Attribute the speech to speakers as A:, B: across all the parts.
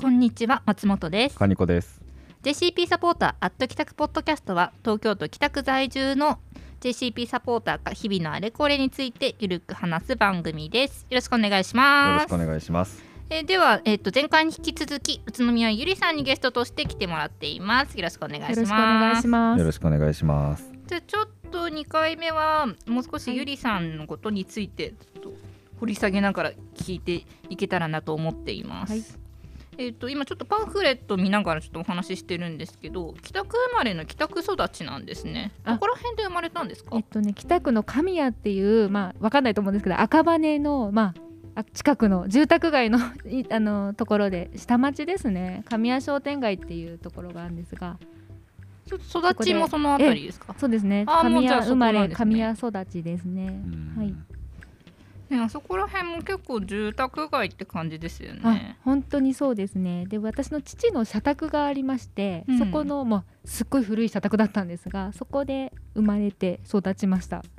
A: こんにちは、松本です。
B: 金子です。
A: JCP サポーター北区ポッドキャストは、東京都北区在住の JCP サポーターが日々のあれこれについてゆるく話す番組です。よろしくお願いします。
B: よろしくお願いします。
A: では、前回に引き続き宇都宮ゆりさんにゲストとして来てもらっています。よろしくお願いします。
B: よろしくお願いします。よろしくお願いします。
A: じゃあちょっと2回目はもう少しゆりさんのことについてちょっと掘り下げながら聞いていけたらなと思っています。はい。今ちょっとパンフレット見ながらちょっとお話ししてるんですけど、北区生まれの北区育ちなんですね。どこら辺で生まれたんですか？
C: 北区の神谷っていう、分かんないと思うんですけど、赤羽の、近くの住宅街のところで下町ですね。神谷商店街っていうところがあるんですが、
A: 育ちもそのあたりですか？
C: そうですね。神谷生まれ、神谷育ちですね。はい。
A: あそこら辺も結構住宅街って感じですよね。
C: 本当にそうですね。で、私の父の社宅がありまして、そこのすっごい古い社宅だったんですが、そこで生まれて育ちました。はい、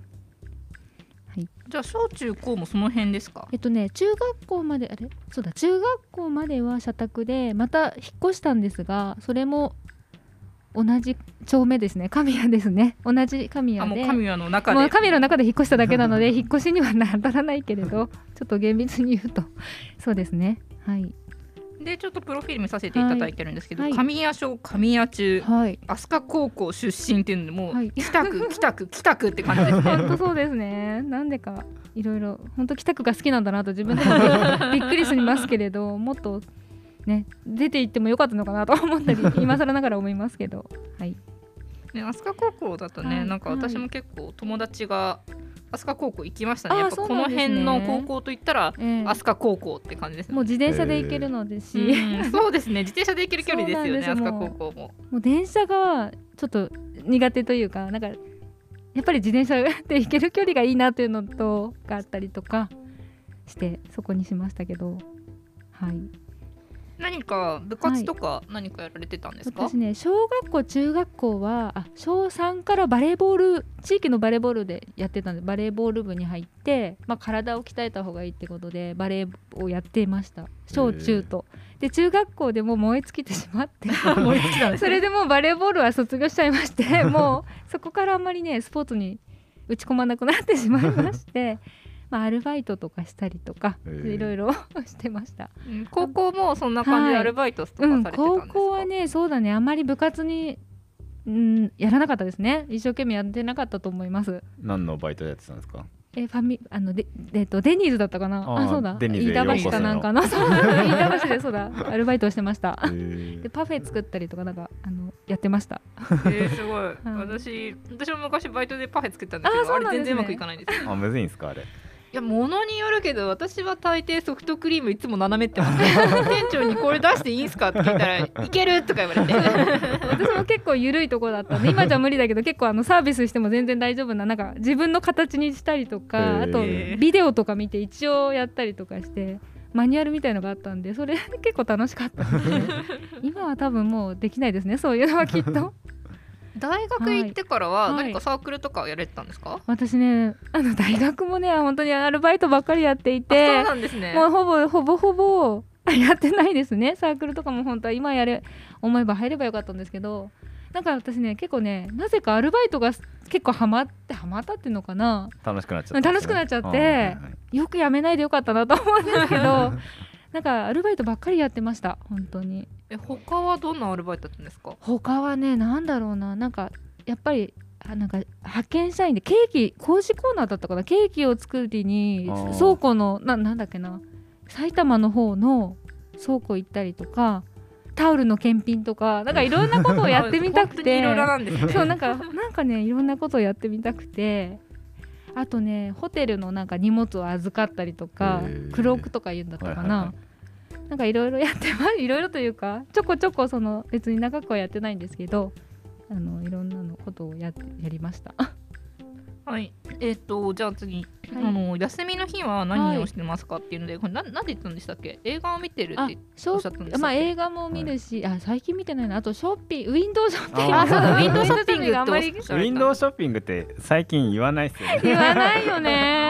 A: じゃあ小中高もその辺ですか？
C: 中学校まで中学校までは社宅で、また引っ越したんですが、それも同じ町目ですね。神谷ですね。同じ神谷で、
A: もう神谷の中
C: で引っ越しただけなので引っ越しにはならないけれど、ちょっと厳密に言うとそうですね。はい。
A: でちょっとプロフィール見させていただいてるんですけど、神谷小神谷中、飛鳥高校出身っていうので、もう北区って感じですね。
C: 本当そうですね。なんでかいろいろ本当北区が好きなんだなと自分でもびっくりしますけれど、もっとね、出て行ってもよかったのかなと思ったり今更ながら思いますけど、はい。
A: 飛鳥高校だとね、なんか私も結構友達が飛鳥高校行きましたね。やっぱこの辺の高校といったら飛鳥高校って感じですね。
C: もう自転車で行けるのですし、
A: そうですね、自転車で行ける距離ですよね。飛鳥高校も
C: もう電車がちょっと苦手というか、なんかやっぱり自転車で行ける距離がいいなというのとがあったりとかしてそこにしましたけど、はい。
A: 何か部活とか何かやられてたんですか？
C: 私ね、小学校中学校は小3からバレーボール、地域のバレーボールでやってたんで、バレーボール部に入って、体を鍛えた方がいいってことでバレーをやっていました。小中とで、中学校でも燃え尽きてしまってそれでもうバレーボールは卒業しちゃいましてもうそこからあんまりねスポーツに打ち込まなくなってしまいましてアルバイトとかしたりとかいろいろしてました。
A: 高校もそんな感じでアルバイトとかされてたんですか？
C: 高校はね、そうだね、あんまり部活に、やらなかったですね。一生懸命やってなかったと思います。
B: 何のバイトやってたんですか？
C: デニーズだったかな。そうだ、飯田橋かなんかの飯田橋でそうだアルバイトをしてました。でパフェ作ったりとかやってました。
A: すごい。私も昔バイトでパフェ作ったんですけど、あれ全然うまくいかないんですよ。
B: むずいんですかあれ？
A: いや、物によるけど、私は大抵ソフトクリームいつも斜めってますね店長にこれ出していいんすかって聞いたらいけるとか言われて
C: 私も結構緩いところだったんで、今じゃ無理だけど結構サービスしても全然大丈夫な、なんか自分の形にしたりとか、あとビデオとか見て一応やったりとかしてマニュアルみたいのがあったんで、それ結構楽しかったんで今は多分もうできないですね、そういうのはきっと
A: 大学行ってからは何かサークルとかやれてたんですか？
C: 私ね、大学もね本当にアルバイトばっかりやっていて、
A: そうなんですね。
C: もうほぼやってないですね。サークルとかも本当は今思えば入ればよかったんですけど、なんか私ね結構ね、なぜかアルバイトが結構ハマったっていうのかな、
B: 楽しくなっちゃって、
C: よくやめないでよかったなと思うんですけどなんかアルバイトばっかりやってました本当に。
A: 他はどんなアルバイトだったんですか？
C: 他はね、なんだろうな、なんかやっぱりなんか派遣社員で工事コーナーだったかな、ケーキを作りに倉庫のなんだっけな、埼玉の方の倉庫行ったりとか、タオルの検品とか、なんかいろんなことをやってみたくてそうなんかね、いろんなことをやってみたくて、あとねホテルのなんか荷物を預かったりとか、クロークとか言うんだったかな、なんかいろいろやってます。いろいろというかちょこちょこ別に長くはやってないんですけど、いろんなのことをやりました
A: はい。じゃあ次、休みの日は何をしてますかっていうので、これなんで言ったんでしたっけ？映画を見てるっておっしゃったんですか？
C: 映画も見るし、最近見てないな。あとウィンドウショッピング。
A: ウィンドウショッピング
B: って最近言わないですよね。
C: 言わないよね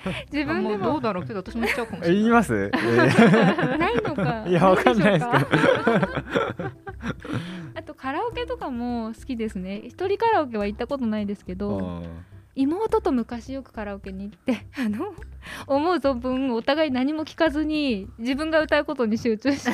C: 自分でも
A: どうだろうけど私も言っちゃうかもしれない。
B: 言います、
C: ないのか
B: いやわかんないですけど
C: あとカラオケとかも好きですね。一人カラオケは行ったことないですけど、妹と昔よくカラオケに行って思う存分お互い何も聞かずに自分が歌うことに集中して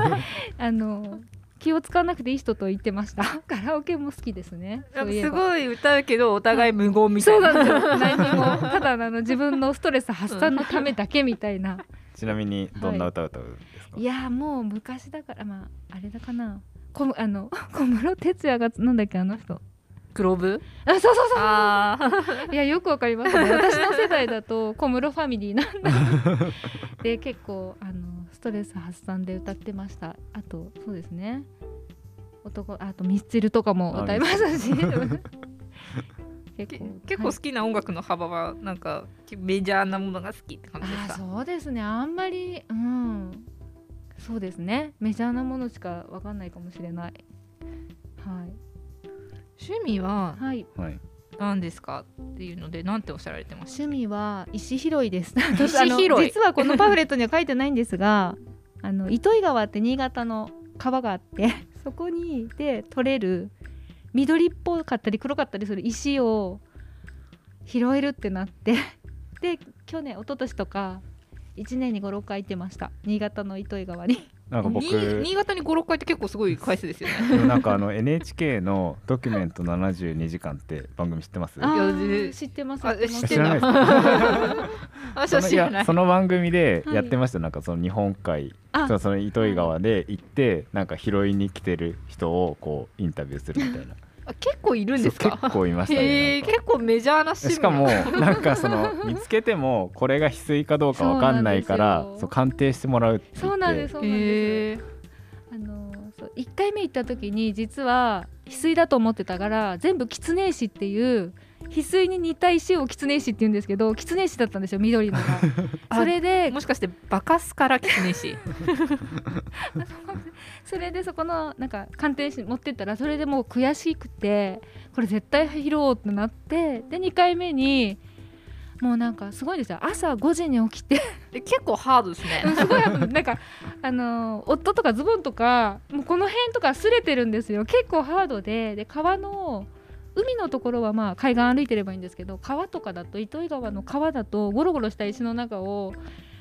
C: 気を使わなくていい人と言ってました。カラオケも好きですね。
A: すごい歌うけどお互い無言みたいな、
C: そうなんですよ。何もただ自分のストレス発散のためだけみたいな
B: ちなみにどんな歌を歌うんですか？
C: いやもう昔だからあれだかな、小室哲哉がなんだっけあの人
A: 黒部、
C: そうそうそう、いやよくわかりますね。私の世代だと小室ファミリーなんだで結構ストレス発散で歌ってました。あとそうですね、あとミスチルとかも歌いましたし
A: 結構好きな音楽の幅はなんかメジャーなものが好きって感じですか？
C: そうですね、あんまりそうですね、メジャーなものしかわかんないかもしれない。はい。
A: 趣味は何ですかっていうので何ておっしゃられてます？
C: 趣味は石拾いです。
A: 石拾い
C: 実はこのパンフレットには書いてないんですが糸魚川って新潟の川があってそこにで取れる緑っぽかったり黒かったりする石を拾えるってなってで去年一昨年とか1年に 5,6 回行ってました。新潟の糸魚川に。
B: なんか僕
A: 新潟に 5,6 回って結構すごい回数ですよね。
B: なんかNHK のドキュメント72時間って番組知ってます？
C: 知ってます。
B: 知らないですか？その番組でやってました。なんかその日本海、その糸魚川で行ってなんか拾いに来てる人をこうインタビューするみたいな。
A: 結構いるんですか？
B: 結構いましたね。
A: 結構メジャーな趣味。
B: しかもなんかその見つけてもこれが翡翠かどうかわかんないから鑑定してもらうって言って。
C: そうなんです。1回目行った時に実は翡翠だと思ってたから全部狐石っていう翡翠に似た石を狐石って言うんですけど狐石だったんですよ、緑のがそれで
A: もしかしてバカスから狐石
C: それでそこのなんか鑑定士持ってったらそれでもう悔しくてこれ絶対拾おうってなってで2回目にもうなんかすごいですよ、朝5時に起きて
A: 結構ハードですね
C: すごいなんか夫とかズボンとかもうこの辺とか擦れてるんですよ。結構ハードで川の海のところは海岸歩いてればいいんですけど川とかだと糸魚川の川だとゴロゴロした石の中を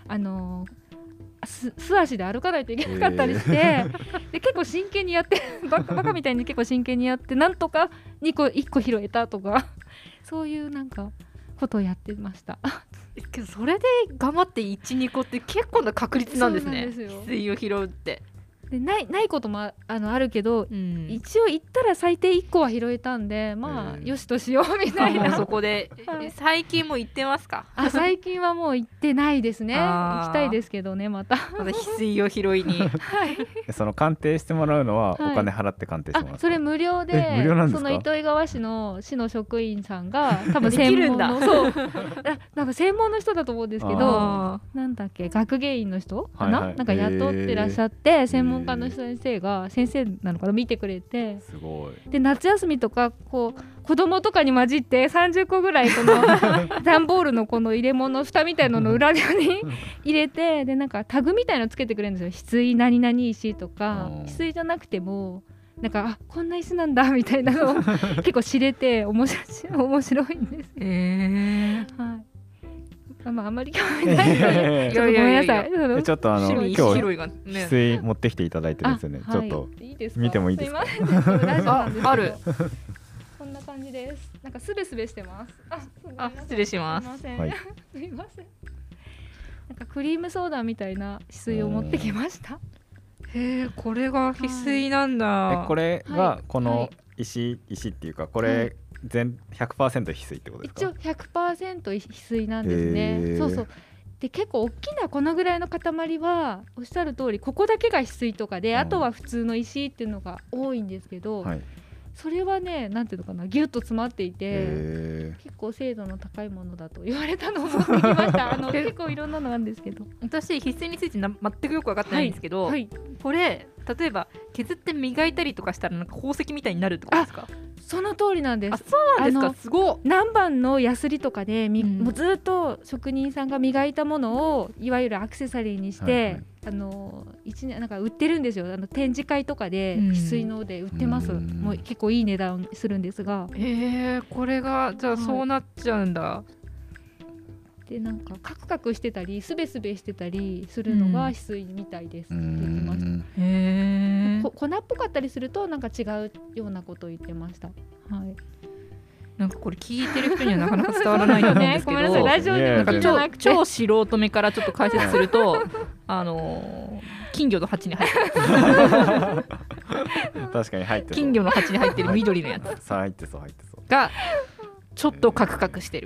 C: 素足で歩かないといけなかったりしてで結構真剣にやってバカみたいに結構真剣にやってなんとか1個拾えたとかそういうなんかことをやってました
A: けどそれで頑張って 1,2 個って結構な確率なんですね。翡翠を拾うって
C: でないこともあるけど、一応行ったら最低1個は拾えたんでよしとしようみたいな
A: そこで最近も行ってますか？
C: 最近はもう行ってないですね。行きたいですけどねまた
A: 翡翠を拾いに
B: その鑑定してもらうのはお金払って鑑定してもらう、
C: それ無料で
B: 無料なんですか？
C: その糸魚川市の職員さんが多分専門のそうなんか専門の人だと思うんですけどなんだっけ学芸員の人かな、なんか雇ってらっしゃって専門家の先生なのかな見てくれて
B: すごい
C: で夏休みとかこう子供とかに混じって30個ぐらいこの段ボールのこの入れ物蓋みたいなの裏に入れてでなんかタグみたいのつけてくれるんですよ。翡翠何々石とか翡翠じゃなくてもなんかこんな石なんだみたいなのを結構知れて面白いんです。はいあんまり興味ないのでごめんなさい。
B: ちょっと今日翡翠持ってきていただいてるんですよね。ちょっと見てもいいですか？
A: ある
C: こんな感じです。なんかスベスベしてます。
A: 失礼します。
C: すいません。なんかクリームソーダみたいな翡翠を持ってきました。
A: これが翡翠なんだ。
B: これがこの石っていうかこれ100% 翡翠ってことですか？
C: 一応 100% 翡翠なんですね。そうで結構大きなこのぐらいの塊はおっしゃる通りここだけが翡翠とかで、あとは普通の石っていうのが多いんですけど、それはねなんていうのかなギュッと詰まっていて結構精度の高いものだと言われたのを持ってきました結構いろんなのあるんですけど
A: 私翡翠について全くよく分かってないんですけど、これ例えば削って磨いたりとかしたらなんか宝石みたいになるってことですか？
C: その通りなんです。
A: あ、そうなんですか。すごい。
C: 南蛮のヤスリとかでもうずっと職人さんが磨いたものをいわゆるアクセサリーにして、1年なんか売ってるんですよ。展示会とかで翡翠ので売ってます。もう結構いい値段するんですが、
A: これがじゃあそうなっちゃうんだ。
C: でなんかカクカクしてたりすべすべしてたりするのが翡翠みたいですって言ってました。粉っぽかったりするとなんか違うようなことを言ってました。はい。
A: なんかこれ聞いてる人にはなかなか伝わらないと思うんですけど、
C: ごめんなさい、ラジオで
A: なんか超素人目からちょっと解説すると金魚の鉢に入ってる
B: 確かに入ってる。
A: 金魚の鉢に入ってる緑のやつ
B: 入ってそう
A: がちょっとカクカクしてる。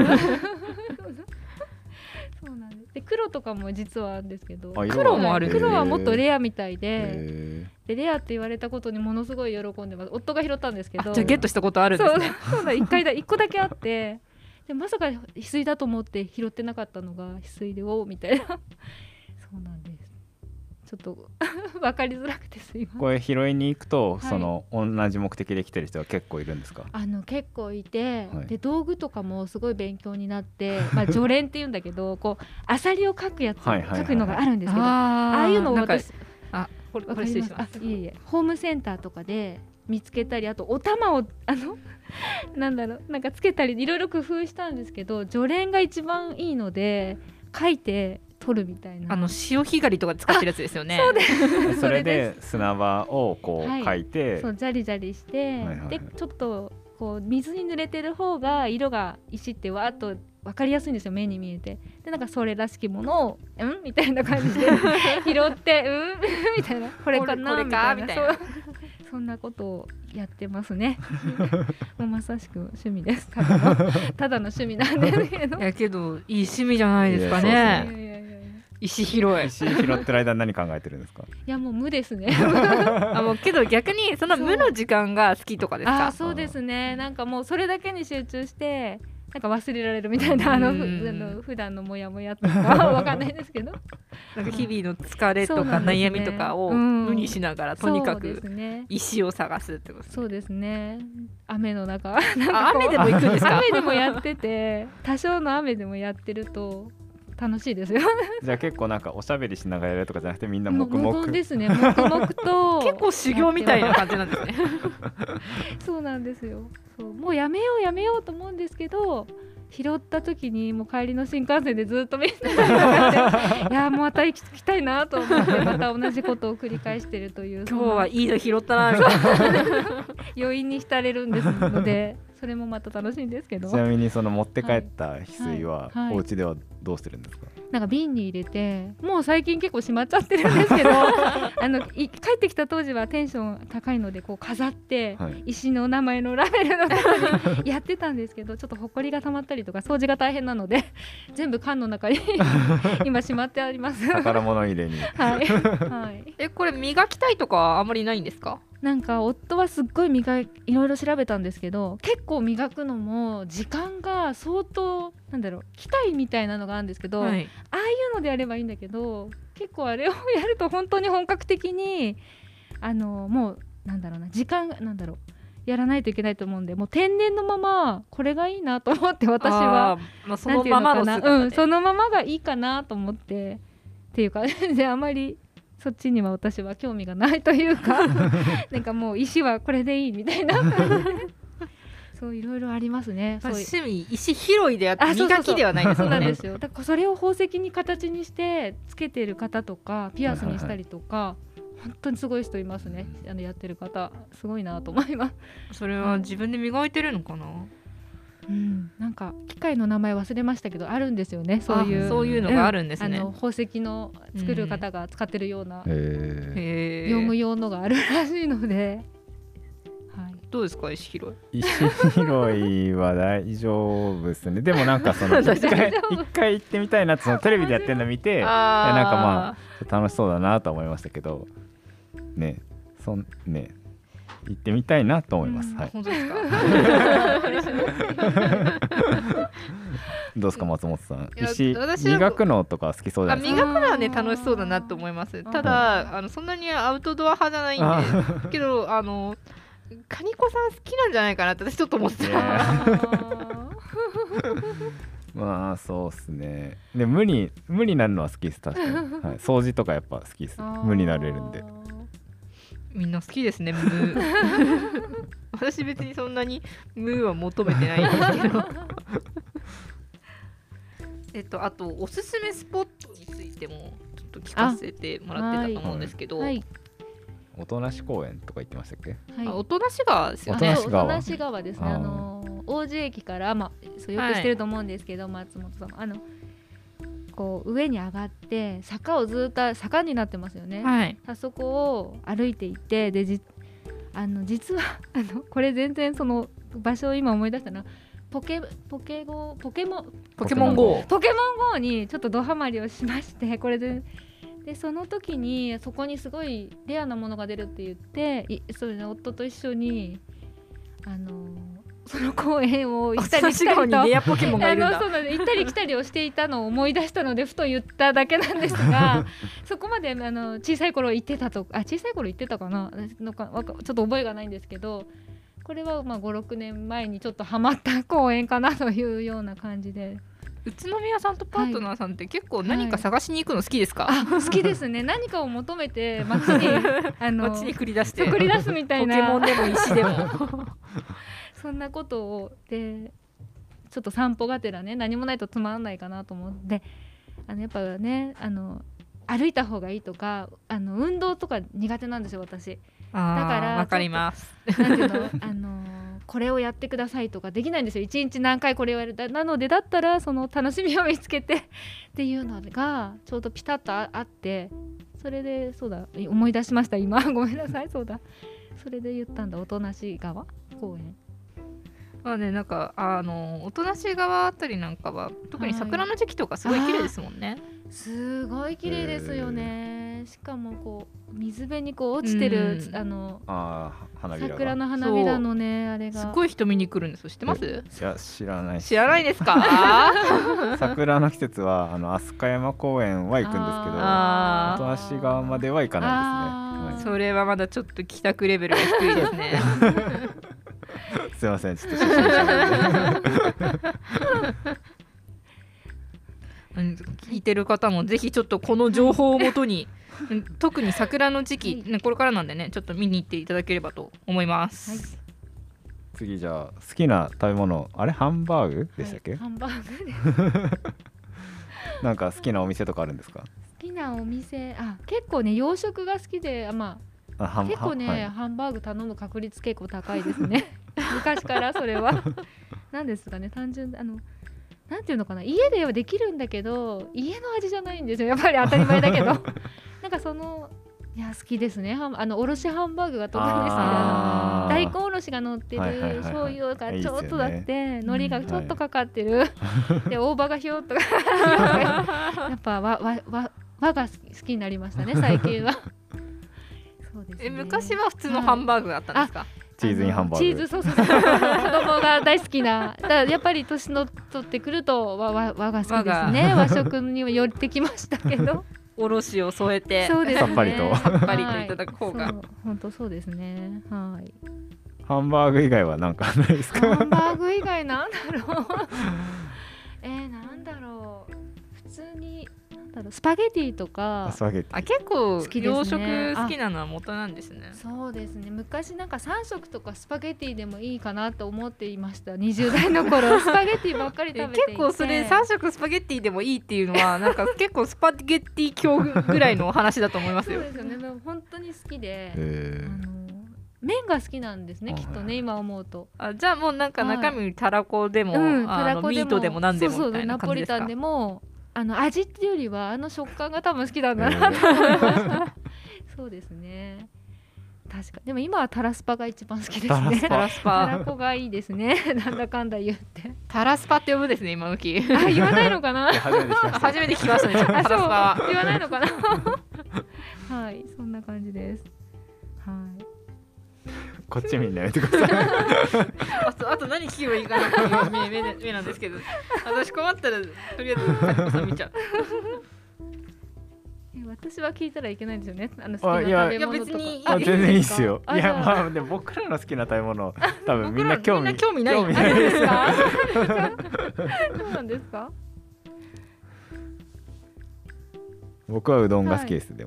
C: そうなんです。で黒とかも実はあるんですけど、
A: 黒もある。
C: 黒はもっとレアみたいでレアって言われたことにものすごい喜んでます。夫が拾ったんですけど、
A: じゃあゲットしたことあるんですね。
C: そうだ、1個だけあってでまさか翡翠だと思って拾ってなかったのが翡翠でみたいなそうなんです。ちょっと分かりづらくてすいません。
B: これ拾いに行くと、その同じ目的で来てる人は結構いるんですか？
C: 結構いて、で道具とかもすごい勉強になって、除蓮っていうんだけどこうアサリを描くやつ描くのがあるんですけど、ああいうのを私
A: これ失礼します。
C: いえホームセンターとかで見つけたり、あとお玉をなんかつけたりいろいろ工夫したんですけど、除蓮が一番いいので描いて取るみたいな、
A: 潮干狩りとか使ってるやつですよね。
C: そうです
B: それで砂場をこう描いて、
C: そうジャリジャリして、でちょっとこう水に濡れてる方が色が石ってわーっと分かりやすいんですよ、目に見えて。でなんかそれらしきものをみたいな感じで拾ってみたいな、これかなみたいな、そんなことをやってますねもうまさしく趣味です。ただの趣味なんですけど。
A: いやけどいい趣味じゃないですかね。石拾
B: ってる間何考えてるんですか？
C: いやもう無ですね
A: もうけど逆にその無の時間が好きとかですか？
C: そうですね。なんかもうそれだけに集中してなんか忘れられるみたいな、普段のモヤモヤとかわかんないですけど
A: なんか日々の疲れとか悩みとかを無にしながらとにかく石を探すってことですね。
C: そうですね。雨の中
A: 雨でも行くんですか？
C: 雨でもやってて、多少の雨でもやってると楽しいですよ
B: じゃあ結構なんかおしゃべりしながらやるとかじゃなくて、みんな黙々
C: 無言ですね。黙々と
A: 結構修行みたいな感じなんですね
C: そうなんですよ。もうやめようと思うんですけど、拾った時にもう帰りの新幹線でずっと見ていやもうまた行きたいなと思ってまた同じことを繰り返しているという
A: 今日はいいの拾ったな
C: 余韻に浸れるんですのでそれもまた楽しいんですけど。
B: ちなみにその持って帰った翡翠はお家ではどうしてるんですか？
C: なんか瓶に入れて、もう最近結構しまっちゃってるんですけど帰ってきた当時はテンション高いのでこう飾って、石の名前のラベルのところにやってたんですけど、ちょっとほこりが溜まったりとか掃除が大変なので全部缶の中に今しまってあります
B: 宝物入れに
A: これ磨きたいとかはあまりないんですか？
C: なんか夫はすっごいいろいろ調べたんですけど、結構磨くのも時間が相当機械みたいなのがあるんですけど、ああいうのでやればいいんだけど、結構あれをやると本当に本格的にもう時間やらないといけないと思うんで、もう天然のままこれがいいなと思って、私は
A: そのままの姿で
C: そのままがいいかなと思ってっていうかであまりそっちには私は興味がないというかなんかもう石はこれでいいみたいなそういろいろありますね。
A: 趣味石拾いであって磨きではないですよね。
C: そうなんですよ。だからそれを宝石に形にしてつけてる方とかピアスにしたりとか、本当にすごい人いますね。やってる方すごいなと思います。
A: それは自分で磨いてるのかな？
C: なんか機械の名前忘れましたけどあるんですよね。そう
A: いうのがあるんですね。
C: 宝石の作る方が使ってるような業務用のがあるらしいので、
A: どうですか石拾い？
B: 石拾いは大丈夫ですね。でもなんかその一回行ってみたいなって、そのテレビでやってるの見てなんかまあ楽しそうだなと思いましたけどね。行ってみたいなと思います。
A: 本当ですか？
B: どうですか松本さん、石磨くのとか好きそうじゃないですか？
A: 磨くのはね楽しそうだなと思います。ただそんなにアウトドア派じゃないんでけどカニコさん好きなんじゃないかなって私ちょっと思ってた。
B: まあそうっすね。で無になるのは好きです確かに、はい、掃除とかやっぱ好きです。無になれるんで。
A: みんな好きですね、無私別にそんなに無は求めてないんですけどあとおすすめスポットについてもちょっと聞かせてもらってたと思うんですけど、
B: 音無公園とか言ってましたっけ？
A: 音無川ですよね。
C: 音無川ですね。王子駅から、そうよくしてると思うんですけど、松本さんこう上に上がって坂をずっと坂になってますよね、
A: はい、
C: そこを歩いていってで実はこれ全然その場所を今思い出したのはポケモン GO にちょっとドハマりをしまして、これでその時にそこにすごいレアなものが出るって言ってそれで夫と一緒にその公園を行ったり来たりと
A: レアポケモンがいるんだ
C: 行ったり来たりをしていたのを思い出したのでふと言っただけなんですがそこまで小さい頃行ってたかなちょっと覚えがないんですけど、これは5、6年前にちょっとハマった公園かなというような感じで。
A: 宇都宮さんとパートナーさんって結構何か探しに行くの好きですか？
C: 好きですね。何かを求めて街に
A: 繰り出す
C: みたいな
A: ポケモンでも石でも
C: そんなことをでちょっと散歩がてらね、何もないとつまらないかなと思ってやっぱね歩いた方がいいとか運動とか苦手なんですよ私。だから
A: わかります。
C: なんていうのこれをやってくださいとかできないんですよ。1日何回これをやるなので、だったらその楽しみを見つけてっていうのがちょうどピタッとあって、それでそうだ思い出しました今ごめんなさい。そうだそれで言ったんだ。音無川公園。
A: なんか音無川あたりなんかは特に桜の時期とかすごい綺麗ですもんね。
C: すごい綺麗ですよね。しかもこう水辺にこう落ちてる桜の花びらのね、あれが
A: すごい人見に来るんですよ。知ってます？
B: いや知らない
A: ですか？
B: 桜の季節は飛鳥山公園は行くんですけど、音無川までは行かないですね。
A: それはまだちょっと帰宅レベルが低いですね。
B: すいません、ちょっと初心者なんで
A: 聞いてる方もぜひちょっとこの情報をもとに特に桜の時期、これからなんでね、ちょっと見に行っていただければと思います、
B: 次じゃあ好きな食べ物、ハンバーグでしたっけ？
C: ハンバーグです
B: なんか好きなお店とかあるんですか？
C: 好きなお店結構ね洋食が好きで結構ね、ハンバーグ頼む確率結構高いですね昔からそれはなんですかね、単純なんていうのかな、家ではできるんだけど家の味じゃないんですよ、やっぱり当たり前だけどなんかいや好きですね。おろしハンバーグがとても好きで、大根おろしが乗ってる、醤油がちょっとだって、海苔がちょっとかかってる、で大葉がひょっとかやっぱ和が好きになりましたね最近はそうですね。
A: 昔は普通のハンバーグだったんですか？
B: チーズインハンバーグ。
C: チーズそう子供が大好きな。だからやっぱり年の取ってくると和が好きですね。和食には寄ってきましたけど
A: おろしを添えて、
C: そうですね、
B: さっぱりと
A: いただく方が、
C: 本当そうですね。はい。
B: ハンバーグ以外は何かないですか？
C: ハンバーグ以外なんだろうなんだろう、普通にスパゲティとか。
A: 結構洋食好きなのは元なんですね。
C: そうですね。昔なんか3食とかスパゲティでもいいかなと思っていました。20代の頃スパゲティばっかり食べていて
A: 結構それ3食スパゲティでもいいっていうのはなんか結構スパゲティ教ぐらいの話だと思いますよ。
C: そうですよね。でも本当に好きで、麺が好きなんですね、きっとね、今思うと。
A: じゃあもうなんか中身たらこでも、ミートでも何でもみたいな感じですか？
C: ナポリタンでも味っていうよりは食感が多分好きなんだなと思いましたそうですね。確かでも今はタラスパが一番好きですね。タラコがいいですねなんだかんだ言って
A: タラスパって呼ぶですね今時。
C: 言わないのかな
A: 初めて聞きましたね。タラスパは
C: 言わないのかなはい、そんな感じです。はい、
B: こっち見んなやめてください
A: あと何聞けばいいかなっていう目なんですけど、私困ったらとりあえずカニコさん見ちゃう
C: 私は聞いたらいけないんですよね。好きな食べ物とか。
A: いや別に
B: 全然いいっすよ。いやまあでも僕らの好きな食べ物多分みんな興味
A: ない
C: ですか？そうなんですか？
B: 僕はうどんが好きです。でも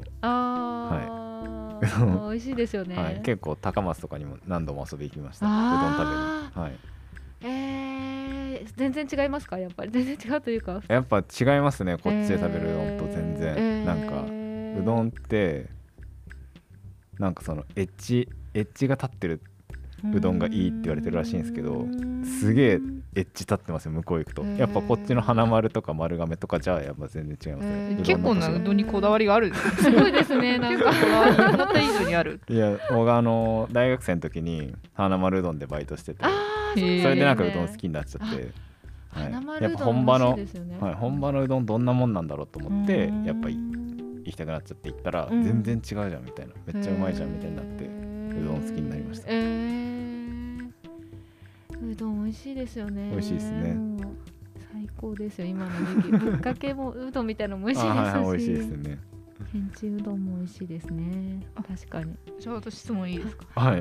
C: 美味しいですよね。
B: 結構高松とかにも何度も遊び行きました。うどん食べに。
C: 全然違いますか？やっぱり全然違うというか、
B: やっぱ違いますね。こっちで食べるうどんと全然、なんかうどんってなんかそのエッジが立ってるうどんがいいって言われてるらしいんですけど、すげえエッジ立ってますよ。向こう行くとやっぱこっちの花丸とか丸亀とかじゃやっぱ全然違いますね。
A: 結構なうどんにこだわりがあるんです
C: すごいですね。なんか
A: 思った以上にある。
B: いや僕大学生の時に花丸うどんでバイトしてて、それでなんかうどん好きになっちゃって、やっぱ本場のうどんどんなもんなんだろうと思ってやっぱ行きたくなっちゃって行ったら全然違うじゃんみたいな、めっちゃうまいじゃんみたいになってうどん好きになりました。
C: うどん美味しいですよね。
B: 美味しいですね。
C: 最高ですよ今の時期。ぶっかけもうどんみたいなのも美味しいですし、
B: 美味しいですね。
C: けんちうどんも美味しいですね。確かに。
A: じゃあ私質問いいですか？
B: はい。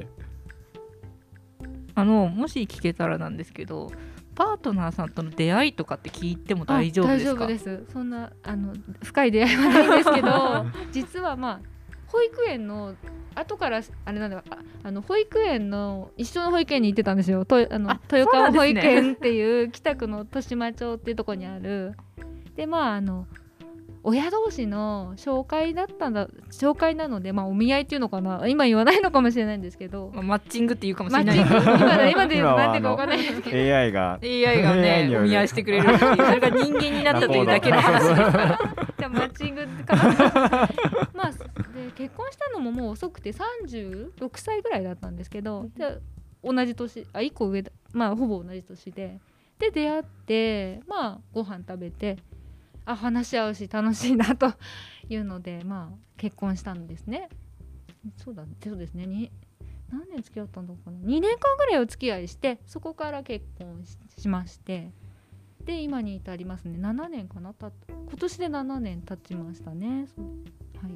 A: もし聞けたらなんですけど、パートナーさんとの出会いとかって聞いても大丈夫ですか？
C: 大丈夫です。そんな深い出会いはないんですけど実は保育園の後からあれなんだ保育園の一緒の保育園に行ってたんですよ。豊川保育園っていう北区の豊島町っていうところにある。で親同士の紹介なので、お見合いっていうのかな、今言わないのかもしれないんですけど、
A: マッチングっていうかもしれない。
C: 今で言うとなんていうか分かんないですけど、
B: AI が
A: ねお見合いしてくれるそれが人間になったというだけの話ですから
C: じゃあマッチングかなで結婚したのももう遅くて36歳ぐらいだったんですけど、で同じ年1個上だ、ほぼ同じ年で出会って、ご飯食べて話し合うし楽しいなというので結婚したんですね。そうですね。何年付き合ったんだろうかな。2年間ぐらいお付き合いして、そこから結婚 しまして、で今に至りますね。7年かな、今年で7年経ちましたね。はい。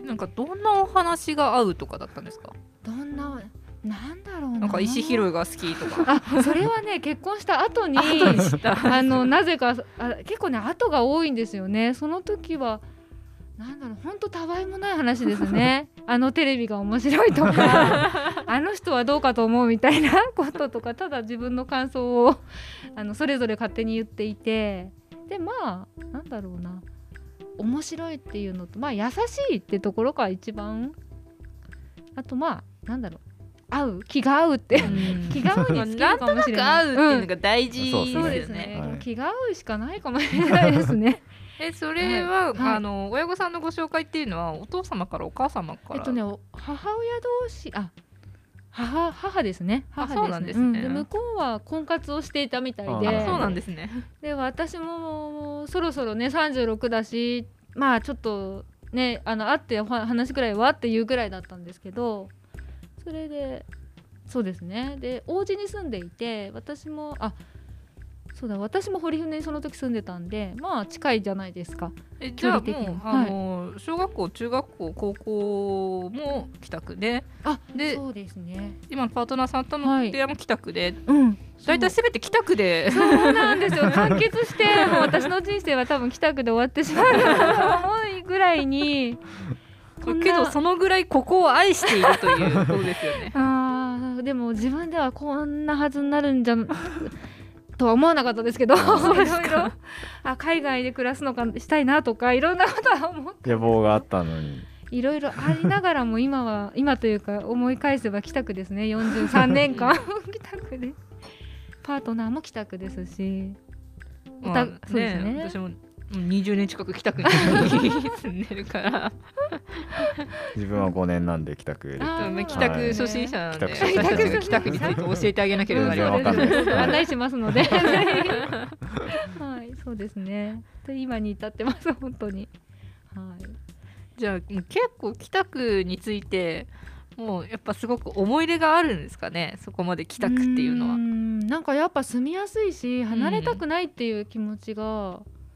A: なんかどんなお話が合うとかだったんですか？
C: なんだろうな。
A: なんか石拾いが好きとか。
C: それはね結婚した後になぜか結構ね後が多いんですよね。その時は本当たわいもない話ですね。テレビが面白いとかあの人はどうかと思うみたいなこととか、ただ自分の感想をそれぞれ勝手に言っていて、でなんだろうな、面白いっていうのと優しいってところが一番、あとなんだろう、気が合うって気が合うに尽きるかもしれない。
A: なんとなく合うっていうのが大事
C: そうですね。気が合うしかないかもしれないですね。
A: それは、親御さんのご紹介っていうのはお父様からお母様から？
C: 母親同士母ですね。
A: そうなんですね。
C: で向こうは婚活をしていたみたいで。
A: そうなんですね。
C: で私もそろそろね36だし、ちょっとね会って話ぐらいはっていうぐらいだったんですけど、それでそうですね。で王子に住んでいて、私も堀船にその時住んでたんで、近いじゃないですか。
A: じゃあもう、小学校中学校高校も北区で、
C: そうですね。
A: 今のパートナーさんとの出会いも北区で、大体すべて北区で。
C: そうなんですよ。完結してもう私の人生は多分北区で終わってしまうと思いぐらいに。
A: けどそのぐらいここを愛しているということですよね。
C: でも自分ではこんなはずになるんじゃとは思わなかったですけど、いろいろ海外で暮らすのかしたいなとかいろんなことは思って
B: 野望があったのに
C: いろいろありながらも今というか思い返せば北区ですね。43年間北区でパートナーも北区ですし、そうですね。
A: 私も20年近く北区に住んでるから
B: 自分は5年なんで北区
A: 北区初心者なんで、私たちが北区について教えてあげなければなりません。
C: 案内しますのではい、そうですね。で今に至ってます本当に。
A: じゃあ結構北区についてもうやっぱすごく思い出があるんですかね。そこまで北区っていうのは
C: なんかやっぱ住みやすいし離れたくないっていう気持ちが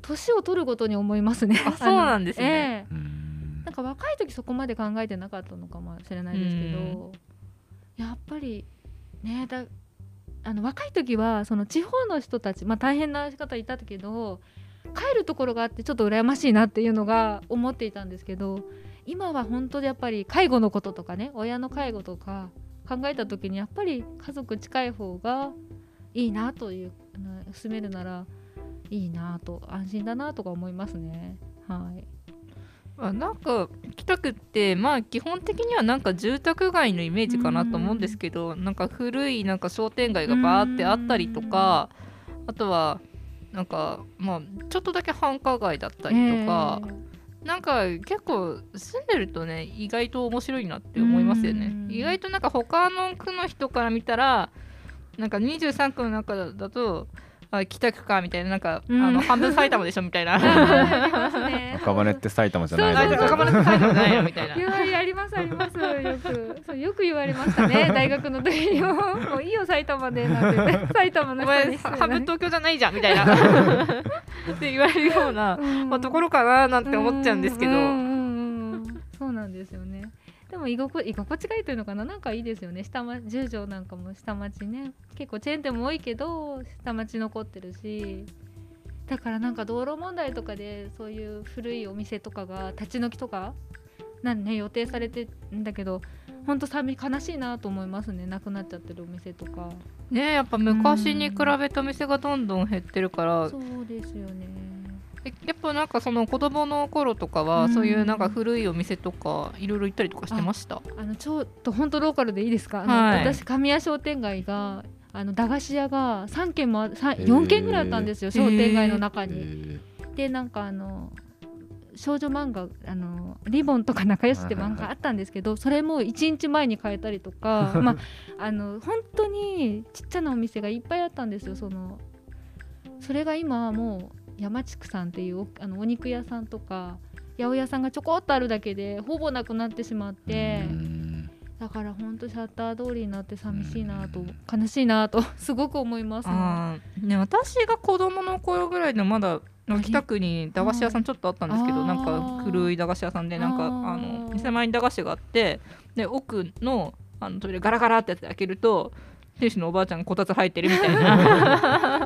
C: 年を取るごとに思いますね。
A: そうなんですね。
C: なんか若い時そこまで考えてなかったのかもしれないですけど、やっぱりね、若い時はその地方の人たち、大変な方いたけど帰るところがあってちょっと羨ましいなっていうのが思っていたんですけど、今は本当にやっぱり介護のこととかね、親の介護とか考えた時にやっぱり家族近い方がいいなという、住めるならいいなと、安心だなとか思いますね。はい。
A: なんか北区って基本的にはなんか住宅街のイメージかなと思うんですけど、なんか古いなんか商店街がバーってあったりとか、あとはなんかちょっとだけ繁華街だったりとか、なんか結構住んでるとね意外と面白いなって思いますよね。意外となんか他の区の人から見たらなんか23区の中だと北区かみたいな、なんか半分埼玉でしょみたいな
B: 赤羽って埼玉じゃない
A: の、赤羽って埼玉じゃないよみたいな
C: ありますあります。よく言われましたね大学の時にももういいよ埼玉でなんて、ね、埼玉の人に
A: 半分東京じゃないじゃんみたいなって言われるような、ところかななんて思っちゃうんですけど、
C: そうなんですよね。でも居心地がいいというのかな、なんかいいですよね。十条なんかも下町ね、結構チェーン店も多いけど下町残ってるし、だからなんか道路問題とかでそういう古いお店とかが立ち退きとか予定されてんだけど、本当悲しいなと思いますね。なくなっちゃってるお店とか
A: ね。やっぱ昔に比べたお店がどんどん減ってるから、
C: そうですよね。
A: やっぱなんかその子供の頃とかはそういうなんか古いお店とかいろいろ行ったりとかしてました？
C: ちょっと本当ローカルでいいですか？私神谷商店街が駄菓子屋が3軒も4軒ぐらいあったんですよ、商店街の中に。でなんか少女漫画リボンとか仲良しって漫画あったんですけど、それも1日前に変えたりとか本当にちっちゃなお店がいっぱいあったんですよ。それが今はもう山地区さんっていうお肉屋さんとか八百屋さんがちょこっとあるだけでほぼなくなってしまって、だから本当シャッター通りになって寂しいなと、悲しいなとすごく思います
A: ね。私が子供の頃ぐらいのまだ北区に駄菓子屋さんちょっとあったんですけど、なんか古い駄菓子屋さんでなんか店前に駄菓子があって、で奥の扉ガラガラってやって開けると店主のおばあちゃんがこたつ入ってるみたいな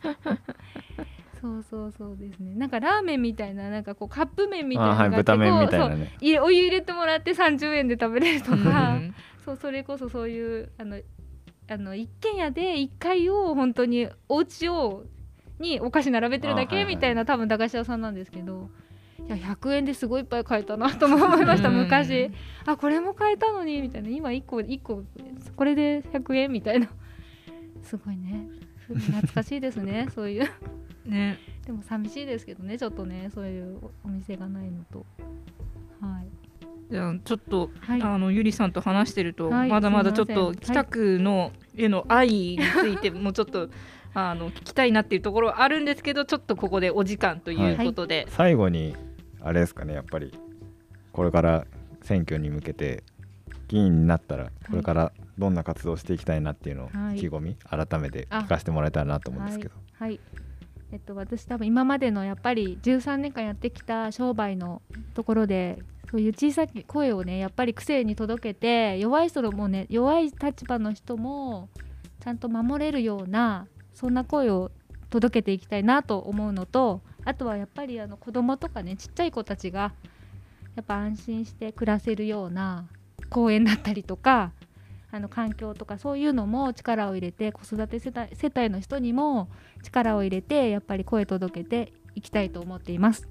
C: そうですね。なんかラーメンみたいな、なんかこうカップ麺みたいなのがあって、
B: 豚麺みたいなね、
C: お湯入れてもらって30円で食べれるとかそれこそそういう一軒家で1階を本当にお家にお菓子並べてるだけみたいな、多分駄菓子屋さんなんですけど、いや100円ですごいいっぱい買えたなと思いました昔。これも買えたのにみたいな、今1個これで100円みたいな、すごいね、懐かしいですねそういう
A: ね。
C: でも寂しいですけどね、ちょっとね、そういうお店がないのと。
A: じゃあちょっと、ゆりさんと話してると、まだまだちょっと北区のへの愛についてもうちょっと聞きたいなっていうところはあるんですけど、ちょっとここでお時間ということで、
B: 最後にあれですかね、やっぱりこれから選挙に向けて議員になったらこれからどんな活動をしていきたいなっていうのを意気込み改めて聞かせてもらえたらなと思うんですけど。
C: 私多分今までのやっぱり13年間やってきた商売のところで、そういう小さい声をねやっぱり区政に届けて、弱い人もね、弱い立場の人もちゃんと守れるような、そんな声を届けていきたいなと思うのと、あとはやっぱり子供とかね、ちっちゃい子たちがやっぱ安心して暮らせるような公園だったりとか環境とか、そういうのも力を入れて、子育て世帯の人にも力を入れてやっぱり声届けていきたいと思っています。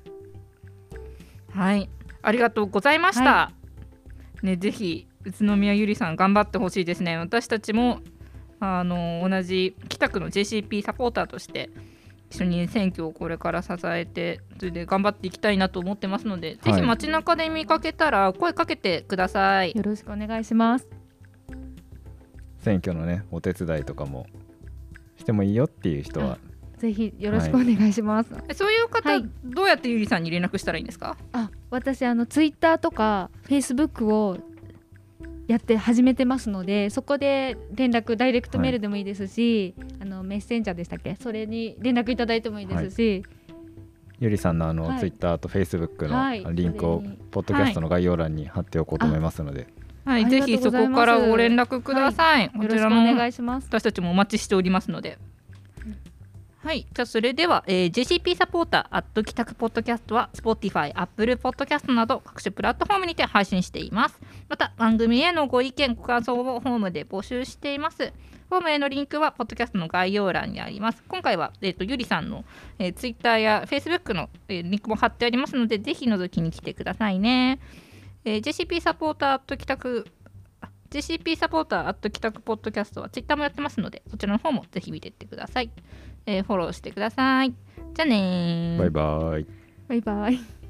A: はい、ありがとうございました、ぜひ宇都宮ゆりさん頑張ってほしいですね。私たちも同じ北区の JCP サポーターとして一緒に選挙をこれから支えて、それで頑張っていきたいなと思ってますので、ぜひ街中で見かけたら声かけてください。
C: よろしくお願いします。
B: 選挙のねお手伝いとかもしてもいいよっていう人は
C: ぜひよろしくお願いします。
A: そういう方、どうやってゆりさんに連絡したらいいんですか？
C: 私ツイッターとかフェイスブックをやって始めてますので、そこで連絡ダイレクトメールでもいいですし、メッセンジャーでしたっけ、それに連絡いただいてもいいですし、
B: ゆりさんのツイッターとフェイスブックのリンクをポッドキャストの概要欄に貼っておこうと思いますので、
A: はい、ぜひそこからご連絡ください。
C: こちらもお願いします。
A: 私たちもお待ちしておりますので。はい、じゃあそれでは、JCP サポーター帰宅ポッドキャストは Spotify、Apple ポッドキャストなど各種プラットフォームにて配信しています。また番組へのご意見ご感想をホームで募集しています。フォームへのリンクはポッドキャストの概要欄にあります。今回は、ゆりさんの、Twitter や Facebook の、リンクも貼ってありますので、ぜひ覗きに来てくださいね。JCP サポーター帰宅GCP サポーター帰宅ポッドキャストは Twitter もやってますので、そちらの方もぜひ見ていってください。フォローしてください。じゃあねー。
B: バイバイ。
C: バイバイ。